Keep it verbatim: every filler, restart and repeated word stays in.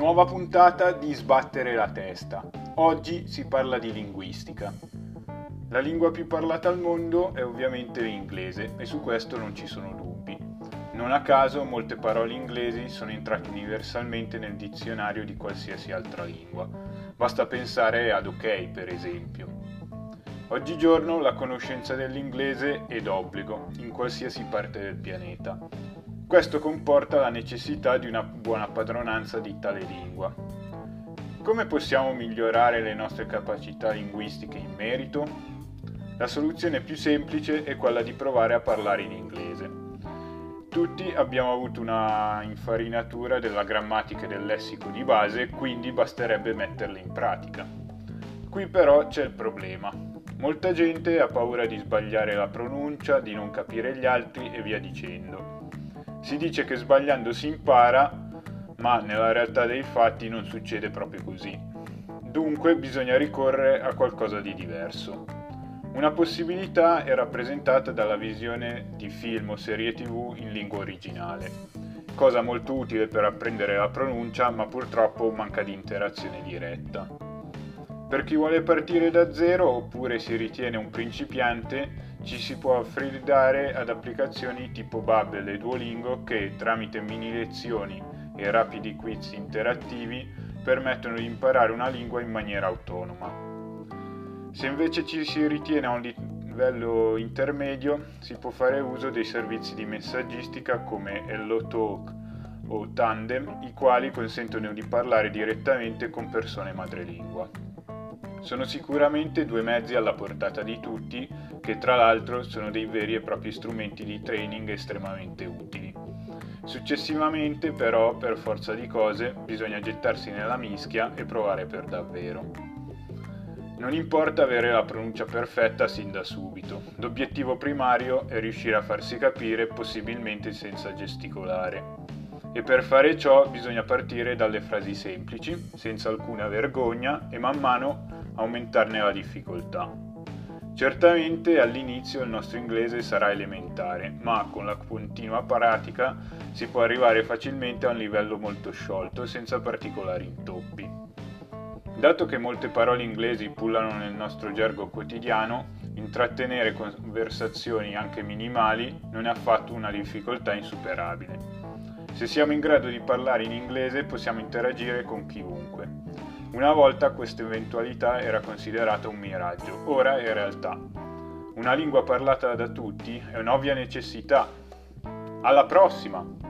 Nuova puntata di Sbattere la testa. Oggi si parla di linguistica. La lingua più parlata al mondo è ovviamente l'inglese e su questo non ci sono dubbi. Non a caso molte parole inglesi sono entrate universalmente nel dizionario di qualsiasi altra lingua. Basta pensare ad ok, per esempio. Oggigiorno la conoscenza dell'inglese è d'obbligo in qualsiasi parte del pianeta. Questo comporta la necessità di una buona padronanza di tale lingua. Come possiamo migliorare le nostre capacità linguistiche in merito? La soluzione più semplice è quella di provare a parlare in inglese. Tutti abbiamo avuto una infarinatura della grammatica e del lessico di base, quindi basterebbe metterle in pratica. Qui però c'è il problema. Molta gente ha paura di sbagliare la pronuncia, di non capire gli altri e via dicendo. Si dice che sbagliando si impara, ma nella realtà dei fatti non succede proprio così. Dunque bisogna ricorrere a qualcosa di diverso. Una possibilità è rappresentata dalla visione di film o serie tv in lingua originale, cosa molto utile per apprendere la pronuncia, ma purtroppo manca di interazione diretta. Per chi vuole partire da zero oppure si ritiene un principiante, ci si può affidare ad applicazioni tipo Babbel e Duolingo che, tramite mini lezioni e rapidi quiz interattivi, permettono di imparare una lingua in maniera autonoma. Se invece ci si ritiene a un livello intermedio, si può fare uso dei servizi di messaggistica come HelloTalk o Tandem, i quali consentono di parlare direttamente con persone madrelingua. Sono sicuramente due mezzi alla portata di tutti, che tra l'altro sono dei veri e propri strumenti di training estremamente utili. Successivamente, però, per forza di cose, bisogna gettarsi nella mischia e provare per davvero. Non importa avere la pronuncia perfetta sin da subito, l'obiettivo primario è riuscire a farsi capire possibilmente senza gesticolare. E per fare ciò bisogna partire dalle frasi semplici, senza alcuna vergogna, e man mano aumentarne la difficoltà. Certamente all'inizio il nostro inglese sarà elementare, ma con la continua pratica si può arrivare facilmente a un livello molto sciolto senza particolari intoppi. Dato che molte parole inglesi pullano nel nostro gergo quotidiano, intrattenere conversazioni anche minimali non è affatto una difficoltà insuperabile. Se siamo in grado di parlare in inglese possiamo interagire con chiunque. Una volta questa eventualità era considerata un miraggio, ora è realtà. Una lingua parlata da tutti è un'ovvia necessità. Alla prossima!